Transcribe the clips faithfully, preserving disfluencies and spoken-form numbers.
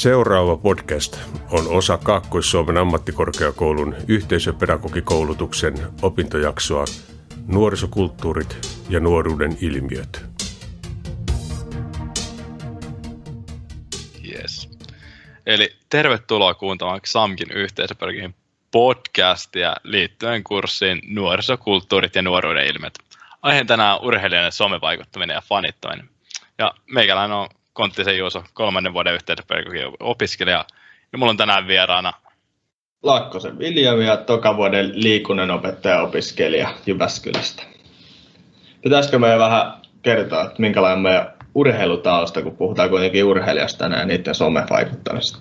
Seuraava podcast on osa Kaakkois-Suomen ammattikorkeakoulun yhteisöpedagogikoulutuksen opintojaksoa Nuorisokulttuurit ja nuoruuden ilmiöt. Yes. Eli tervetuloa kuuntelemaan XAMKin yhteisöpedagogin podcastia liittyen kurssiin Nuorisokulttuurit ja nuoruuden ilmiöt. Aiheen tänään urheilijan somevaikuttaminen ja fanittaminen. Ja meikäläinen on Konttisen Juuso, kolmannen vuoden yhteisöpedagogian opiskelija. Ja mulla on tänään vieraana Laakkosen Viljami ja toka vuoden liikunnanopettaja-opiskelija Jyväskylästä. Pitäisikö meidän vähän kertoa, että minkälainen meidän urheilutausta, kun puhutaan kuitenkin urheilijasta tänään ja niiden somevaikuttamista?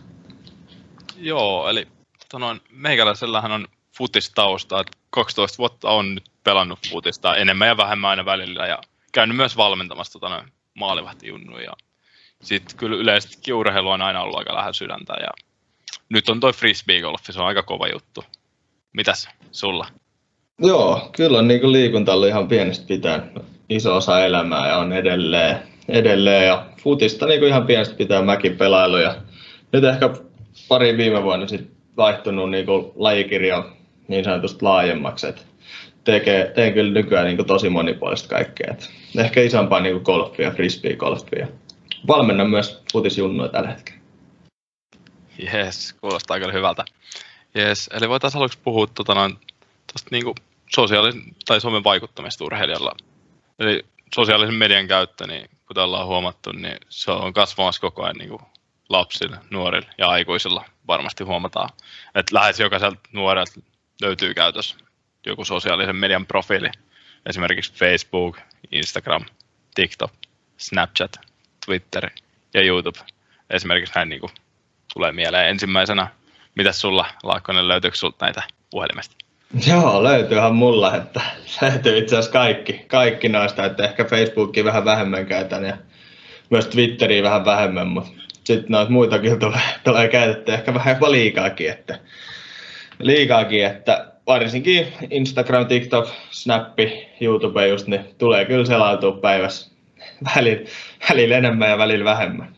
Joo, eli tonoin, meikäläisellähän on futistausta. kaksitoista vuotta on nyt pelannut futista enemmän ja vähemmän aina välillä ja käynyt myös valmentamassa tota, maalivahtijunnuja. Sitten kyllä yleisestikin urheilu on aina ollut aika lähellä sydäntä ja nyt on toi frisbeegolfi, se on aika kova juttu. Mitäs sulla? Joo, kyllä on niin kuin liikunta ollut ihan pienestä pitäen iso osa elämää ja on edelleen, edelleen ja futista niin kuin ihan pienestä pitää mäkin pelailu ja nyt ehkä pari viime vuonna sitten vaihtunut niin kuin lajikirja niin sanotusti laajemmaksi, että tekee, teen kyllä nykyään niin kuin tosi monipuolista kaikkea. Et ehkä isompaa niin kuin golfia, frisbeegolfia. Valmennan myös futisjunnuja tällä hetkellä. Jes, kuulostaa kyllä hyvältä. Jes, eli voitaisiin aluksi puhua tuota noin, tosta niinku sosiaalisen tai somen vaikuttamista urheilijalla. Eli sosiaalisen median käyttö, niin kuten ollaan huomattu, niin se on kasvamassa koko ajan niin lapsilla, nuorilla ja aikuisilla varmasti huomataan. Että lähes jokaiselta nuorelta löytyy käytössä joku sosiaalisen median profiili. Esimerkiksi Facebook, Instagram, TikTok, Snapchat, Twitter ja YouTube. Esimerkiksi näin niin kuin tulee mieleen ensimmäisenä. Mitäs sulla, Laakkonen, löytyykö sulta näitä puhelimesta? Joo, löytyyhän mulla, että löytyy itse asiassa kaikki, kaikki noista, että ehkä Facebookia vähän vähemmän käytän ja myös Twitteriä vähän vähemmän, mutta sitten noita muitakin tulee, tulee käytettyä ehkä vähän jopa liikaakin, että, liikaakin, että varsinkin Instagram, TikTok, Snappi, YouTube just, niin tulee kyllä selautua päivässä välillä, välillä enemmän ja välillä vähemmän.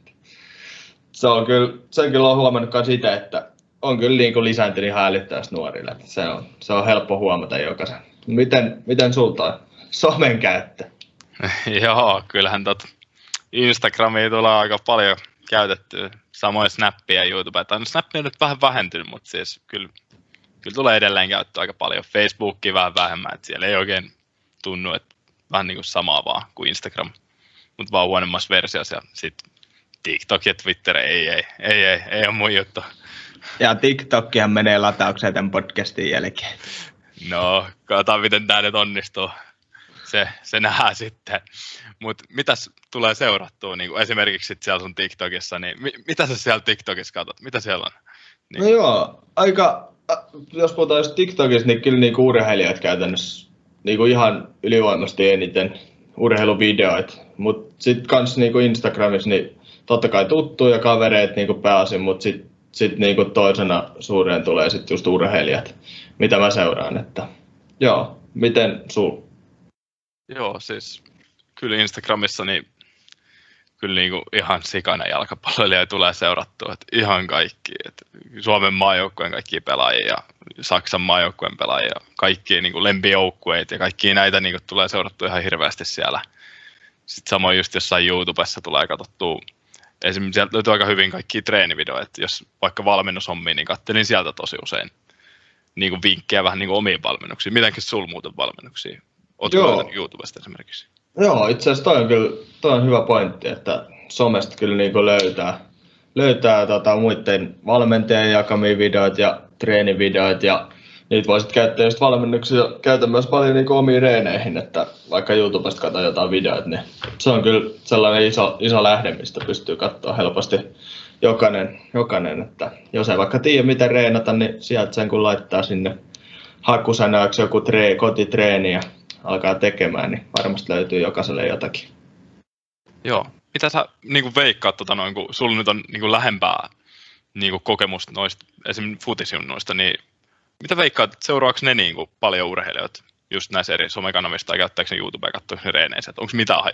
Se on kyllä, sen kyllä on huomannut myös sitä, että on kyllä niin kuin lisääntynyt ihan älyttävästi nuorille. Se on, se on helppo huomata jokaisen. Miten, miten sulta on somen käyttö? Joo, kyllähän tot Instagramia tulee aika paljon käytettyä. Samoin Snappia ja YouTubea. No, Snappi on nyt vähän vähentynyt, mutta siis kyllä, kyllä tulee edelleen käyttöä aika paljon. Facebookia vähän vähemmän, että siellä ei oikein tunnu, että vähän niin kuin samaa vaan kuin Instagram, mutta vaan huonommassa versiossa. Ja sitten TikTok ja Twitter, ei, ei, ei, ei, ei ole mun juttu. Ja TikTokkihan menee lataukseen tämän podcastin jälkeen. No, katsotaan miten tämä nyt onnistuu. Se, se nähdään sitten. Mutta mitäs tulee seurattua, niin esimerkiksi sit siellä sun TikTokissa, niin mi, mitä sä siellä TikTokissa katsot? Mitä siellä on? Niin. No joo, aika, jos puhutaan just TikTokissa, niin kyllä niinku urheilijat käytännössä niinku ihan ylivoimaisesti eniten urheiluvideoita. Mutta sitten kans niinku Instagramissa, niin totta kai tuttuja kavereita niinku pääasin, mutta sitten sit niinku toisena suureen tulee sitten just urheilijat, mitä mä seuraan. Että, joo, miten sul? Joo, siis kyllä Instagramissa niin kyllä niinku ihan sikana jalkapalloilija tulee seurattua, että ihan kaikki. Et Suomen maajoukkueen kaikkia pelaajia ja Saksan maajoukkueen pelaajia, kaikkia niinku lempijoukkueita ja kaikkia näitä niinku tulee seurattua ihan hirveästi siellä. Sitten samoin just jossain YouTubessa tulee katsottua. Esimerkiksi sieltä löytyy aika hyvin kaikkia treenivideoita, jos vaikka valmennushommia, niin katselin sieltä tosi usein niin kuin vinkkejä vähän niin kuin omiin valmennuksiin. Mitenkin sulla muuten valmennuksia? Oletko löytänyt YouTubesta esimerkiksi? Joo, itse asiassa toi on kyllä toi on hyvä pointti, että somesta kyllä niin kuin löytää, löytää tota, muiden valmentajien jakamia videoita ja treenivideoita ja niitä voisit käyttää just valmennuksia. Käytän myös paljon niin kuin omiin reeneihin, että vaikka YouTubesta katsotaan jotain videoita, niin se on kyllä sellainen iso, iso lähde, mistä pystyy katsoa helposti jokainen, jokainen. Että jos ei vaikka tiedä miten reenata, niin sieltä sen kun laittaa sinne hakusanaksi joku tree, kotitreeni ja alkaa tekemään, niin varmasti löytyy jokaiselle jotakin. Joo. Mitä sä niin kuin veikkaat, tota, noin, kun sulla nyt on niin kuin lähempää niin kuin kokemusta noista esimerkiksi futisjunnuista, niin mitä veikkaat, että seuraavaksi ne niin kuin paljon urheilijoita just näissä eri somekanavissa tai käyttääkö ne YouTubea katsoa ne reeneissä, onko mitään haju?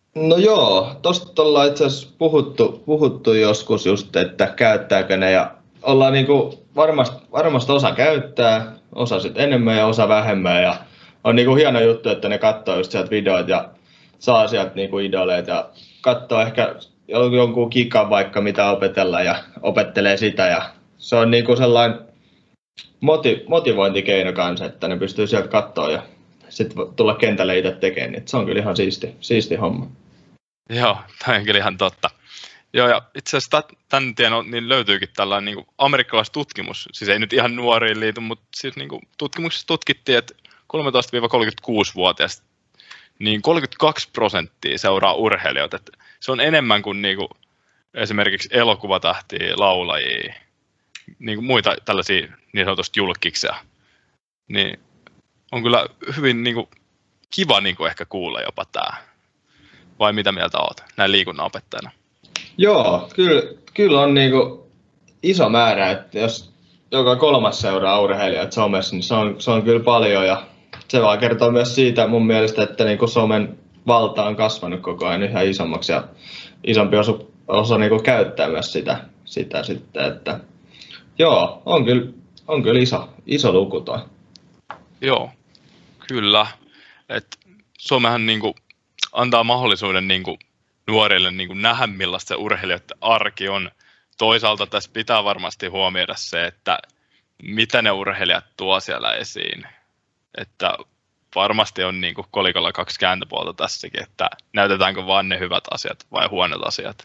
No joo, tosta ollaan itse asiassa puhuttu, puhuttu joskus just, että käyttääkö ne ja ollaan niinku varmasti, varmasti osa käyttää, osa sit enemmän ja osa vähemmän ja on niinku hieno juttu, että ne katsoo just sieltä videoita ja saa sieltä niinku idoleita ja katsoo ehkä jonkun kikan vaikka mitä opetella ja opettelee sitä ja se on niinku sellainen moti, motivointikeino kanssa, että ne pystyy sieltä katsoa ja sitten tulla kentälle itse tekemään, niin se on kyllä ihan siisti, siisti homma. Joo, tämä on kyllä ihan totta. Joo, ja itse asiassa tämän tien niin löytyykin tällainen niin amerikkalaistutkimus, siis ei nyt ihan nuoriin liity, mutta siis niin kuin tutkimuksessa tutkittiin, että kolmetoista–kolmekymmentäkuusi-vuotiaista niin kolmekymmentäkaksi prosenttia seuraa urheilijoita. Että se on enemmän kuin, niin kuin esimerkiksi elokuvatähtiä, laulajia, niin kuin muita tällaisia niin sanotusti julkkiksia. Niin on kyllä hyvin niin kuin kiva niin kuin ehkä kuulla jopa tämä. Vai mitä mieltä olet näin liikunnanopettajana? Joo, kyllä, kyllä on niinku iso määrä, että jos joka kolmas seuraa urheilijat somessa, niin se on, se on kyllä paljon ja se vaan kertoo myös siitä mun mielestä, että niinku somen valta on kasvanut koko ajan ihan isommaksi ja isompi osa, osa niinku käyttää myös sitä, sitä sitten, että joo, on kyllä, on kyllä iso, iso luku toi. Joo, kyllä. Et somehan niinku antaa mahdollisuuden niinku nuorille niinku nähdä, millaista se urheilijoiden arki on. Toisaalta tässä pitää varmasti huomioida se, että mitä ne urheilijat tuo siellä esiin. Että varmasti on niinku kolikolla kaksi kääntöpuolta tässäkin, että näytetäänkö vaan ne hyvät asiat vai huonot asiat.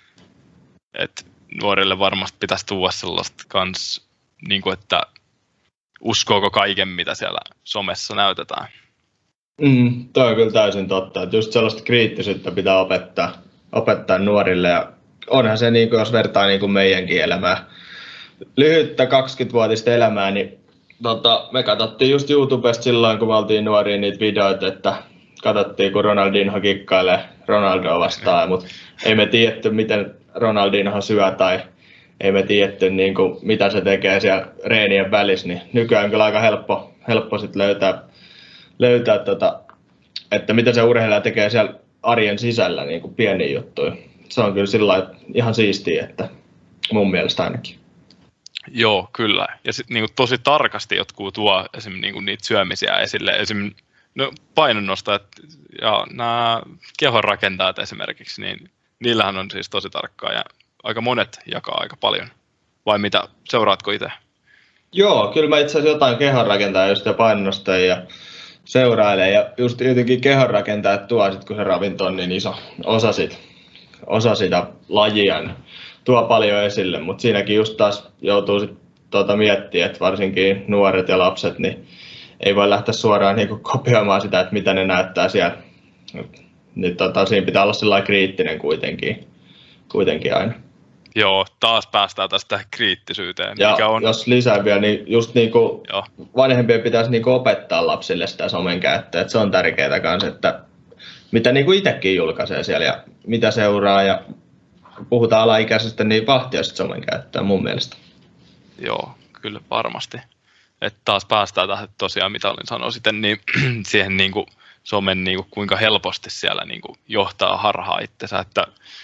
Et nuorille varmasti pitäisi tuoda sellaista kans, niinku että uskooko kaiken, mitä siellä somessa näytetään. Mm, toi on kyllä täysin totta, että just sellaista kriittisyyttä pitää opettaa, opettaa nuorille ja onhan se, niin kuin, jos vertaa niin kuin meidänkin elämää, lyhyttä kaksikymmentävuotista elämää, niin tota, me katsottiin just YouTubesta silloin, kun me oltiin nuoria niitä videoita, että katsottiin, kun Ronaldinho kikkailee Ronaldoa vastaan, mutta ei me tiedetty, miten Ronaldinho syö tai ei me tiedetty, niin kuin, mitä se tekee siellä reenien välissä, niin nykyään on kyllä aika helppo, helppo sit löytää, löytää tota, että mitä se urheilija tekee siellä arjen sisällä, niin kuin pieniä juttuja. Se on kyllä sillä ihan siistiä, että mun mielestä ainakin. Joo, kyllä. Ja sitten niin tosi tarkasti jotkut tuo esimerkiksi niin niitä syömisiä esille. Esimerkiksi no, painonnostajat ja nämä kehonrakentajat esimerkiksi, niin niillähän on siis tosi tarkkaa ja aika monet jakaa aika paljon. Vai mitä, seuraatko itse? Joo, kyllä mä itse asiassa jotain kehonrakentajia just ja painonnostajia seurailee ja just jotenkin kehonrakentajat tuo sit, kun se ravinto on niin iso osa, sit, osa sitä lajia, niin tuo paljon esille, mutta siinäkin just taas joutuu sit, tuota, miettimään, että varsinkin nuoret ja lapset, niin ei voi lähteä suoraan niin kuin kopioimaan sitä, että mitä ne näyttää siellä. Niin, tota, siinä pitää olla sellainen kriittinen kuitenkin, kuitenkin aina. Joo, taas päästään tästä kriittisyyteen. Ja mikä on... jos lisää vielä, niin just niin kuin vanhempien pitäisi niin kuin opettaa lapsille sitä somen käyttöä. Että se on tärkeää kanssa, että mitä niin kuin itsekin julkaisee siellä ja mitä seuraa ja puhutaan alaikäisestä, niin vahtia sitten somen käyttöä mun mielestä. Joo, kyllä varmasti. Että taas päästään tähän tosiaan, mitä olin sanonut sitten, niin siihen niin kuin somen niin kuin kuinka helposti siellä niin kuin johtaa harhaa itsensä, että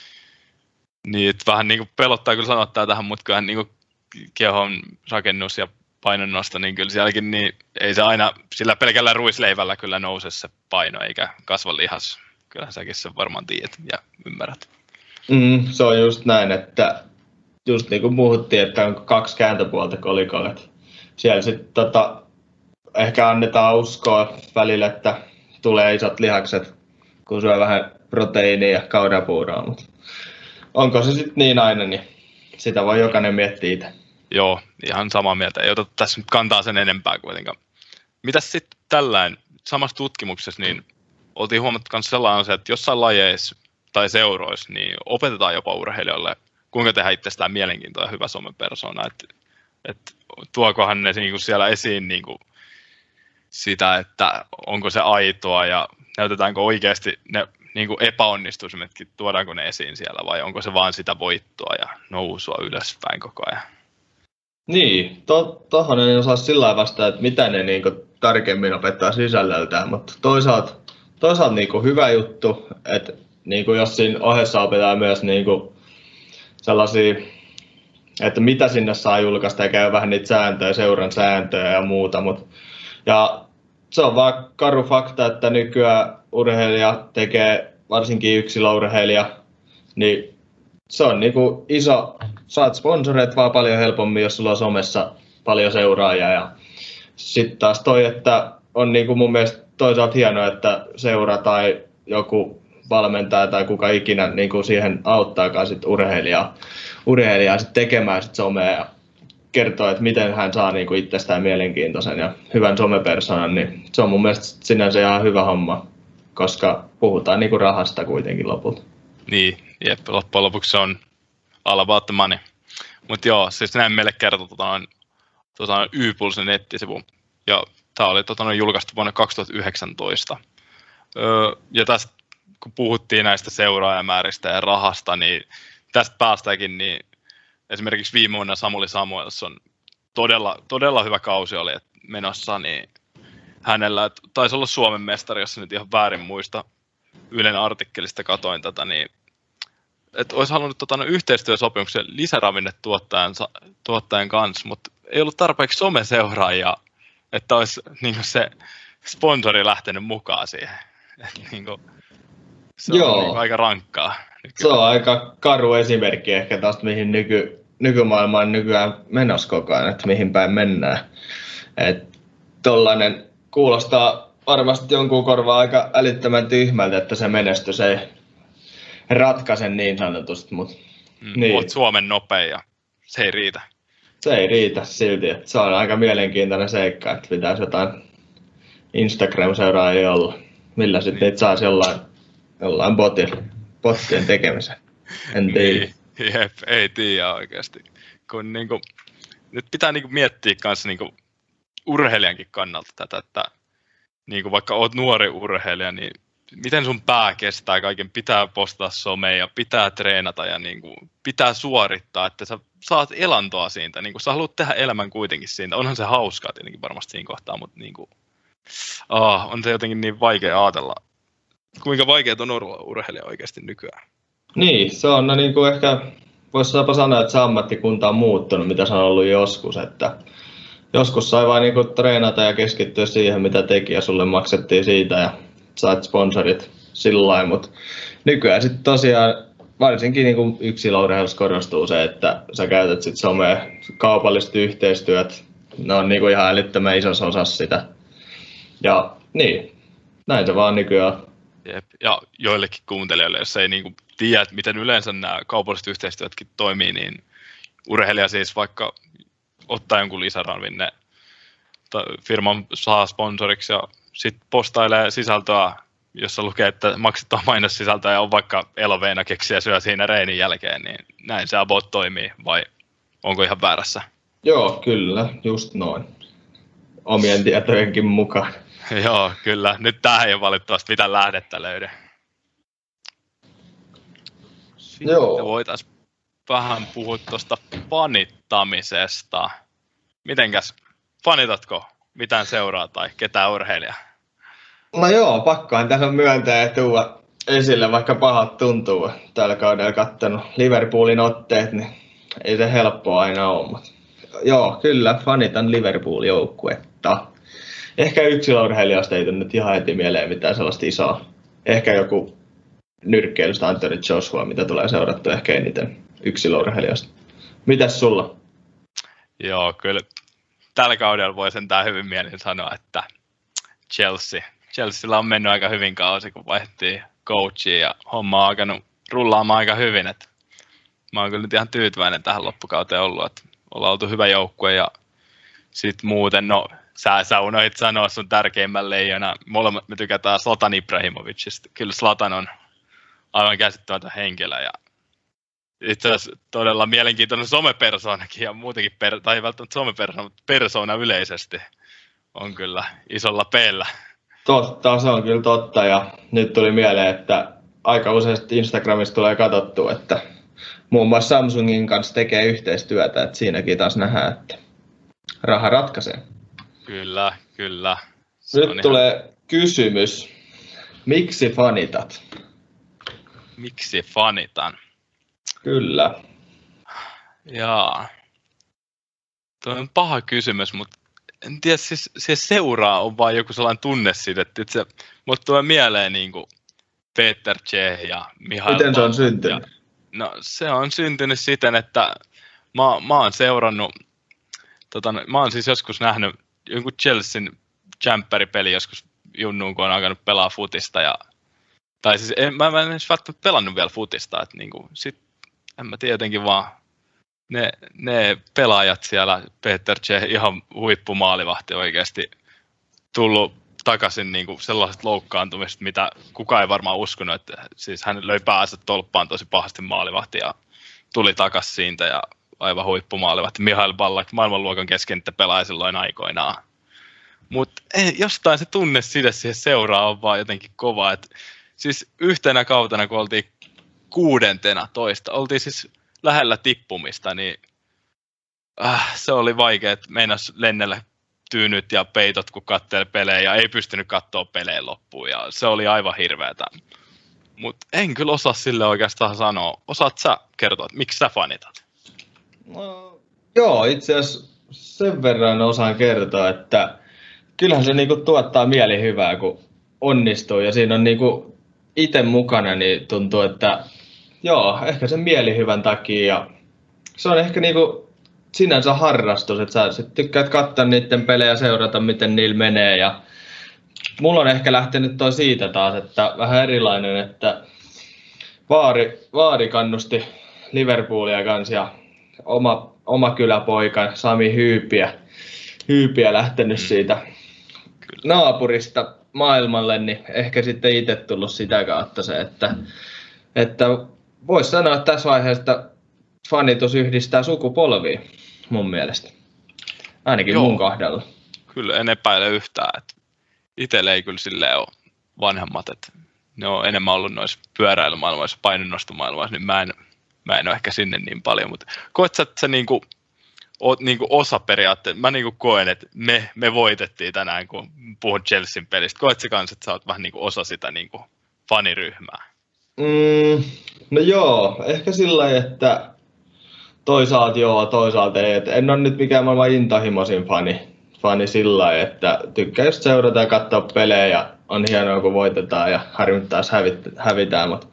niin, että vähän niin kuin pelottaa kyllä sanoa tähän, mutta kyllähän niin kuin kehon rakennus ja painonnosto, niin kyllä sielläkin niin ei se aina sillä pelkällä ruisleivällä kyllä nouse se paino eikä kasva lihas. Kyllähän säkin sen varmaan tiedät ja ymmärrät. Mm, se on just näin, että just niin kuin puhuttiin, että on kaksi kääntöpuolta kolikolle. Siellä sitten tota, ehkä annetaan uskoa välillä, että tulee isot lihakset, kun syö vähän proteiinia ja kaurapuuroa, mutta onko se sitten niin aina, niin sitä voi jokainen miettiä itse. Joo, ihan samaa mieltä. Ei oteta tässä nyt kantaa sen enempää kuitenkaan. Mitäs sitten tällainen, samassa tutkimuksessa, niin oltiin huomattu myös sellainen, että jossain lajeissa tai seuroissa, niin opetetaan jopa urheilijoille, kuinka tehdä itsestään mielenkiintoinen ja hyvä somepersona. Että et, tuokohan ne niinku siellä esiin niinku sitä, että onko se aitoa ja näytetäänkö oikeasti ne niinku epäonnistuisetkin, tuodaanko ne esiin siellä vai onko se vaan sitä voittoa ja nousua ylöspäin koko ajan. Niin, tuohon to, en osaa sillä lailla vastaa, että mitä ne niinku tarkemmin opettaa sisällöltään, mutta toisaalta, toisaalta niinku hyvä juttu, että niin kuin jos siinä ohessa opetaan myös niin kuin sellaisia, että mitä sinne saa julkaista ja käy vähän niitä sääntöjä, seuran sääntöjä ja muuta. Mut, ja se on vaan karu fakta, että nykyään urheilija tekee, varsinkin yksilöurheilija, niin se on niinku iso, saat sponsoreita vaan paljon helpommin, jos sulla on somessa paljon seuraajia. Ja sitten taas toi, että on niinku mun mielestä toisaalta hienoa, että seura tai joku valmentaja tai kuka ikinä niinku siihen auttaakaan sit urheilijaa, urheilijaa sit tekemään sit somea ja kertoo, että miten hän saa niinku itsestään mielenkiintoisen ja hyvän somepersonan, niin se on mun mielestä sinänsä ihan hyvä homma, koska puhutaan niinku rahasta kuitenkin lopulta. Niin, jep, loppujen lopuksi se on all about the money. Mutta joo, siis näin meille kertoi tota, tota, Y-Pulsen nettisivu, ja tämä oli tota, julkaistu vuonna kaksituhattayhdeksäntoista. Öö, ja tästä, kun puhuttiin näistä seuraajamääristä ja rahasta, niin tästä päästäänkin, niin esimerkiksi viime vuonna Samuli Samuelsson todella, todella hyvä kausi oli menossa, niin hänellä taisi olla Suomen mestari, jos nyt ihan väärin muista. Ylen artikkelista katoin tätä, niin että olisi halunnut tota, no, yhteistyösopimuksen lisäravinnetuottajan tuottajan kanssa, mutta ei ollut tarpeeksi someseuraajia, että olisi niin kuin se sponsori lähtenyt mukaan siihen. Et, niin kuin, se Joo. on niin kuin, aika rankkaa. Se on aika karu esimerkki ehkä tästä, mihin nyky, nykymaailma on nykyään menossa koko ajan, että mihin päin mennään. Että tollainen kuulostaa varmasti jonkun korvaa aika älyttömän tyhmältä, että se menestys ei ratkaise niin sanotusti. Mutta mm, niin. Olet Suomen nopein ja se ei riitä. Se ei riitä silti. Että se on aika mielenkiintoinen seikka, että pitäisi jotain Instagram-seuraajia olla. Millä sitten niin. Niitä saisi jollain, jollain botilla. Pottien tekemisen. En tiedä. Niin, jep, ei tiedä oikeasti. Kun, niin kuin, nyt pitää niin kuin, miettiä myös niin kuin, urheilijankin kannalta tätä, että niin kuin, vaikka olet nuori urheilija, niin miten sun pää kestää kaiken, pitää postata somea ja pitää treenata ja niin kuin, pitää suorittaa, että sä saat elantoa siitä. Niin kuin, sä haluat tehdä elämän kuitenkin siitä. Onhan se hauskaa tietenkin varmasti siinä kohtaa, mutta niin kuin, ah, on se jotenkin niin vaikea ajatella. Kuinka vaikeaa on olla urheilija oikeasti nykyään? Niin, se on no, niin kuin ehkä, voisi sanoa, että se ammattikunta on muuttunut, mitä se on ollut joskus. Että joskus sai vain niin kuin treenata ja keskittyä siihen, mitä teki, ja sulle maksettiin siitä ja sait sponsorit sillä lailla. Mutta nykyään sitten tosiaan, varsinkin niin kuin yksilöurheilussa korostuu se, että sä käytät sitten somea, kaupalliset yhteistyöt, ne on niin kuin ihan älyttömän isossa osassa sitä. Ja niin, näin se vaan nykyään. Jep. Ja joillekin kuuntelijoille, jos ei niinku tiedä, että miten yleensä nämä kaupalliset yhteistyötkin toimii, niin urheilija siis vaikka ottaa jonkun lisäravinne, firman saa sponsoriksi ja sitten postailee sisältöä, jossa lukee, että maksettua mainossisältöä ja on vaikka eloveena keksiä syö siinä reinin jälkeen, niin näin se about toimii, vai onko ihan väärässä? Joo, kyllä, just noin. Omien tietojenkin mukaan. Joo, kyllä. Nyt tähän ei ole valitettavasti mitään lähdettä löydy. Sitten Joo. voitaisiin vähän puhua tuosta fanittamisesta. Mitenkäs, fanitatko mitään seuraa tai ketään urheilijaa? No joo, pakkohan tässä on myöntää ja tuoda esille, vaikka pahat tuntuu. Tällä kaudella kattanut Liverpoolin otteet, niin ei se helppoa aina ole. Mutta joo, kyllä, fanitan Liverpool-joukkuetta. Ehkä yksilöurheilijasta ei nyt ihan heti mieleen mitään sellaista isoa. Ehkä joku nyrkkeilystä Anthony Joshua, mitä tulee seurattua ehkä eniten yksilöurheilijasta. Mitäs sulla? Joo, kyllä tällä kaudella voi sentään hyvin mielin sanoa, että Chelsea. Chelsealla on mennyt aika hyvin kausi, kun vaihdettiin coachia ja homma on alkanut rullaamaan aika hyvin. Et mä oon kyllä nyt ihan tyytyväinen tähän loppukauteen ollut, että ollaan oltu hyvä joukkue ja sitten muuten, no sä, sä unohdit sanoa sun tärkeimmän leijona. Molemmat me tykätään Zlatan Ibrahimovicista. Kyllä Zlatan on aivan käsittämätön henkilö ja itse asiassa todella mielenkiintoinen somepersoonakin ja muutenkin, per, tai ei välttämättä somepersona, mutta persoona yleisesti on kyllä isolla peellä. Totta, se on kyllä totta ja nyt tuli mieleen, että aika useasti Instagramissa tulee katsottua, että muun muassa Samsungin kanssa tekee yhteistyötä, että siinäkin taas nähdään, että raha ratkaisee. Kyllä, kyllä. Se nyt tulee ihan kysymys. Miksi fanitat? Miksi fanitan? Kyllä. Jaa. Tuo on paha kysymys, mutta en tiedä, siis, siis seuraa on vaan joku sellainen tunnesidetty, että se, mulle tulee mieleen niin kuin Peter Cech ja Mihail Miten se on Ballack syntynyt? Ja, no se on syntynyt siten, että mä, mä oon seurannut, tota, mä oon siis joskus nähnyt jonkun Chelsean jamperipeli joskus junnuun, kun on alkanut pelaa futista. Ja, tai siis en, mä, mä en edes välttämättä pelannut vielä futista, että niin kuin, sit, en mä tiedä jotenkin vaan ne, ne pelaajat siellä, Peter Cech, ihan huippumaalivahti oikeasti tullut takaisin niin kuin sellaiset loukkaantumiset, mitä kukaan ei varmaan uskonut, että siis hän löi päänsä tolppaan tosi pahasti maalivahti ja tuli takaisin siitä ja aivan huippumaalivahti. Mihail Ballack, maailmanluokan keskentä pelaaja silloin aikoinaan. Mutta jostain se tunne side siihen seuraa on vaan jotenkin kova. Et siis yhtenä kautena, kun oltiin kuudentena toista, oltiin siis lähellä tippumista, niin äh, se oli vaikea, että meinas lennellä tyynyt ja peitot, kun katseli pelejä ja ei pystynyt katsoa pelejä loppuun. Ja se oli aivan hirveätä. Mutta en kyllä osaa sille oikeastaan sanoa. Osaat sä kertoa, että miksi sä fanitat? No, joo, itse asiassa sen verran osaan kertoa, että kyllähän se niinku tuottaa mielihyvää, kun onnistuu. Ja siinä on niinku itse mukana, niin tuntuu, että joo, ehkä sen mielihyvän takia. Ja se on ehkä niinku sinänsä harrastus, että sä sit tykkäät katsoa niiden pelejä, seurata miten niillä menee. Ja mulla on ehkä lähtenyt toi siitä taas, että vähän erilainen, että Vaari, Vaari kannusti Liverpoolia kanssa ja oma, oma kyläpoika Sami Hyypiä, Hyypiä lähtenyt siitä naapurista maailmalle, niin ehkä sitten itse tullut sitä kautta se, että, että voisi sanoa, että tässä vaiheessa fanitus yhdistää sukupolvia mun mielestä. Ainakin Joo. mun kohdalla. Kyllä en epäile yhtään, että itselle ei kyllä silleen ole vanhemmat, että ne on enemmän ollut noissa pyöräilymaailmoissa, painonnostomaailmoissa, niin mä en, mä en ole ehkä sinne niin paljon, mutta koet sä, että sä niinku, oot niinku osa periaatteessa, mä niinku koen, että me, me voitettiin tänään, kun puhun Chelsean pelistä, koet sä kanssa, että sä oot vähän niinku osa sitä niinku faniryhmää? Mm, no joo, ehkä sillä lailla, että toisaalta joo, toisaalta ei, että en ole nyt mikään maailman intohimoisin fani, fani sillä lailla, että tykkää just seurata ja katsoa pelejä ja on hienoa, kun voitetaan ja harmittaa, jos hävitään, mutta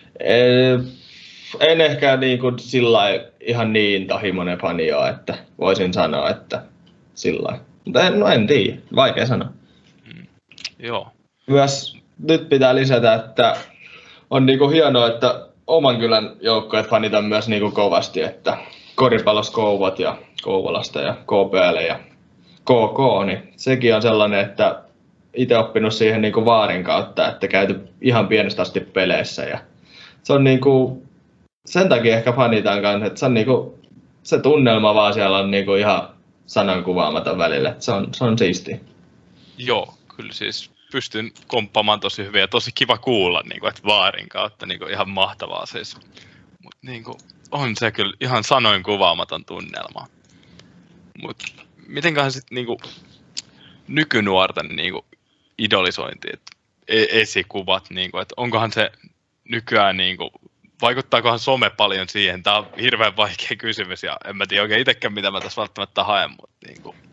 en ehkä niin kuin sillä lailla ihan niin intohimoinen fani ole, että voisin sanoa, että sillä lailla. Mutta en, no en tiedä, vaikea sanoa. Mm, joo. Myös nyt pitää lisätä, että on niin kuin hienoa, että oman kylän joukkueet fanitan myös niin kuin kovasti, että koripallossa Kouvat ja Kouvolasta ja K P L ja K K, niin sekin on sellainen, että itse oppinut siihen niin kuin Vaarin kautta, että käyty ihan pienestä asti peleissä ja se on niin kuin, sen takia ehkä fanitan kanssa, että se, on niin kuin, se tunnelma vaan siellä on niin kuin ihan sanankuvaamaton välillä, että se on, se on siistiä. Joo, kyllä siis pystyn komppaamaan tosi hyvin ja tosi kiva kuulla, niin kuin, että Vaarin kautta niin kuin ihan mahtavaa siis. Mutta niin kuin, on se kyllä ihan sanoin kuvaamaton tunnelma. Mutta mitenköhän sitten niin kuin nykynuorten niin kuin idolisointi, että esikuvat, niin kuin, että onkohan se nykyään, niin kuin, vaikuttaakohan some paljon siihen? Tämä on hirveän vaikea kysymys ja en mä tiedä oikein itsekään, mitä mä tässä välttämättä haen, mutta niin kuin.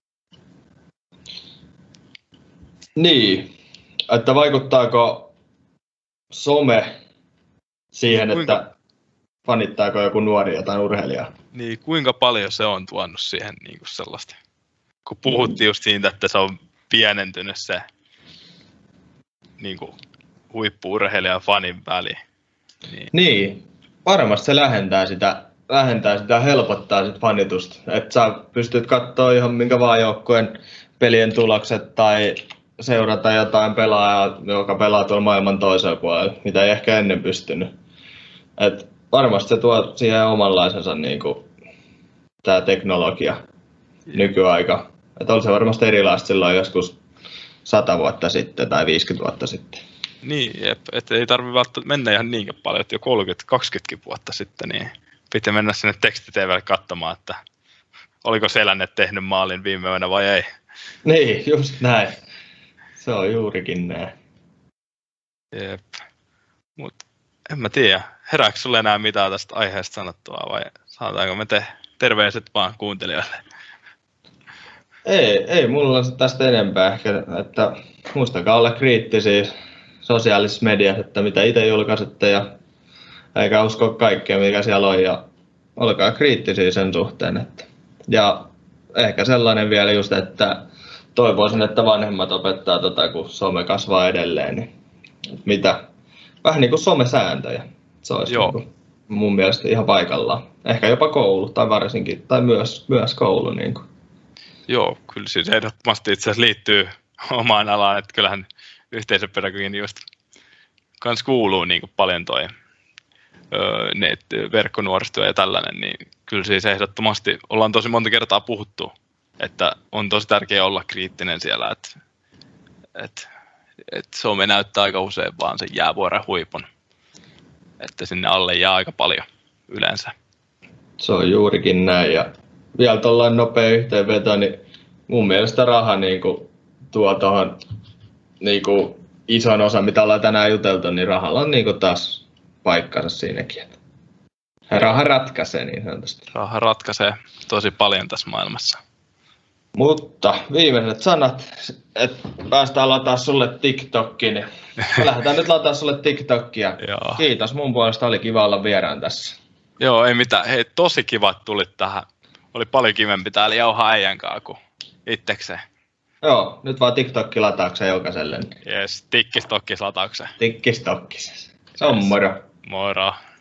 Niin, että vaikuttaako some siihen, kuinka, että fanittaako joku nuori jotain urheilijaa? Niin, kuinka paljon se on tuonut siihen niin kuin sellaista? Kun puhuttiin just siitä, että se on pienentynyt se niin kuin huippu-urheilijan fanin väli. Niin. niin, varmasti se lähentää sitä, lähentää sitä helpottaa sitä fanitusta. Että sä pystyt katsoa ihan minkä vaan joukkueen pelien tulokset tai seurata jotain pelaajaa, joka pelaa tuolla maailman toisella puolella, mitä ei ehkä ennen pystynyt. Et varmasti se tuo siihen omanlaisensa niin kuin tämä teknologia, yeah. nykyaika. Että oli se varmasti erilaista silloin joskus sata vuotta sitten tai viisikymmentä vuotta sitten. Niin, jep, että ei tarvitse välttämättä mennä ihan niinkin paljon, että jo kolmekymmentä kaksikymmentä vuotta sitten niin piti mennä sinne teksti-tv:lle katsomaan, että oliko Selänne tehnyt maalin viime yönä vai ei. Niin, just näin. Se on juurikin näin. Jep. Mut En mä tiedä. Herääkö sulle enää mitään tästä aiheesta sanottua vai saataanko me te terveiset vaan kuuntelijoille? Ei, ei mulla ole tästä enempää ehkä, että muistakaa olla kriittisiä sosiaalisessa mediassa, että mitä itse julkaisette ja eikä usko kaikkea mikä siellä on ja olkaa kriittisiä sen suhteen. Että. Ja ehkä sellainen vielä just, että toivoisin, että vanhemmat opettaa tota, kun some kasvaa edelleen, niin mitä, vähän niin kuin somesääntöjä. Se olisi niin kuin mun mielestä ihan paikallaan. Ehkä jopa koulu tai varsinkin, tai myös, myös koulu. Niin kuin. Joo, kyllä siis ehdottomasti itse asiassa liittyy omaan alaan, että kyllähän yhteisöpedagogiin just kans kuuluu niin kuin paljon toi net, verkkonuorisotyö ja tällainen, niin kyllä siis ehdottomasti ollaan tosi monta kertaa puhuttu, että on tosi tärkeää olla kriittinen siellä, että, että, että some näyttää aika usein vaan sen jäävuoren huipun, että sinne alle jää aika paljon yleensä. Se on juurikin näin ja vielä tuollainen nopea yhteenveto, niin mun mielestä raha niin kuin, tuo tuohon niin kuin, ison osan, mitä ollaan tänään juteltu, niin rahalla on niin kuin, taas paikkansa siinäkin. Raha ratkaisee niin sanotusti. Raha ratkaisee tosi paljon tässä maailmassa. Mutta viimeiset sanat, että päästään lataa sulle TikTokkiin. Niin lähdetään nyt lataa sulle TikTokkia. Kiitos, mun puolesta oli kiva olla vieraan tässä. Joo, ei mitään. Hei, tosi kiva, että tulit tähän. Oli paljon kivempi täällä jauhaa äijän kanssa kuin itsekseen. Joo, nyt vaan TikTokki lataukseen jokaiselle. Jes, tikkistokkis lataukseen. Tikkistokkis. Se on moro. Moro.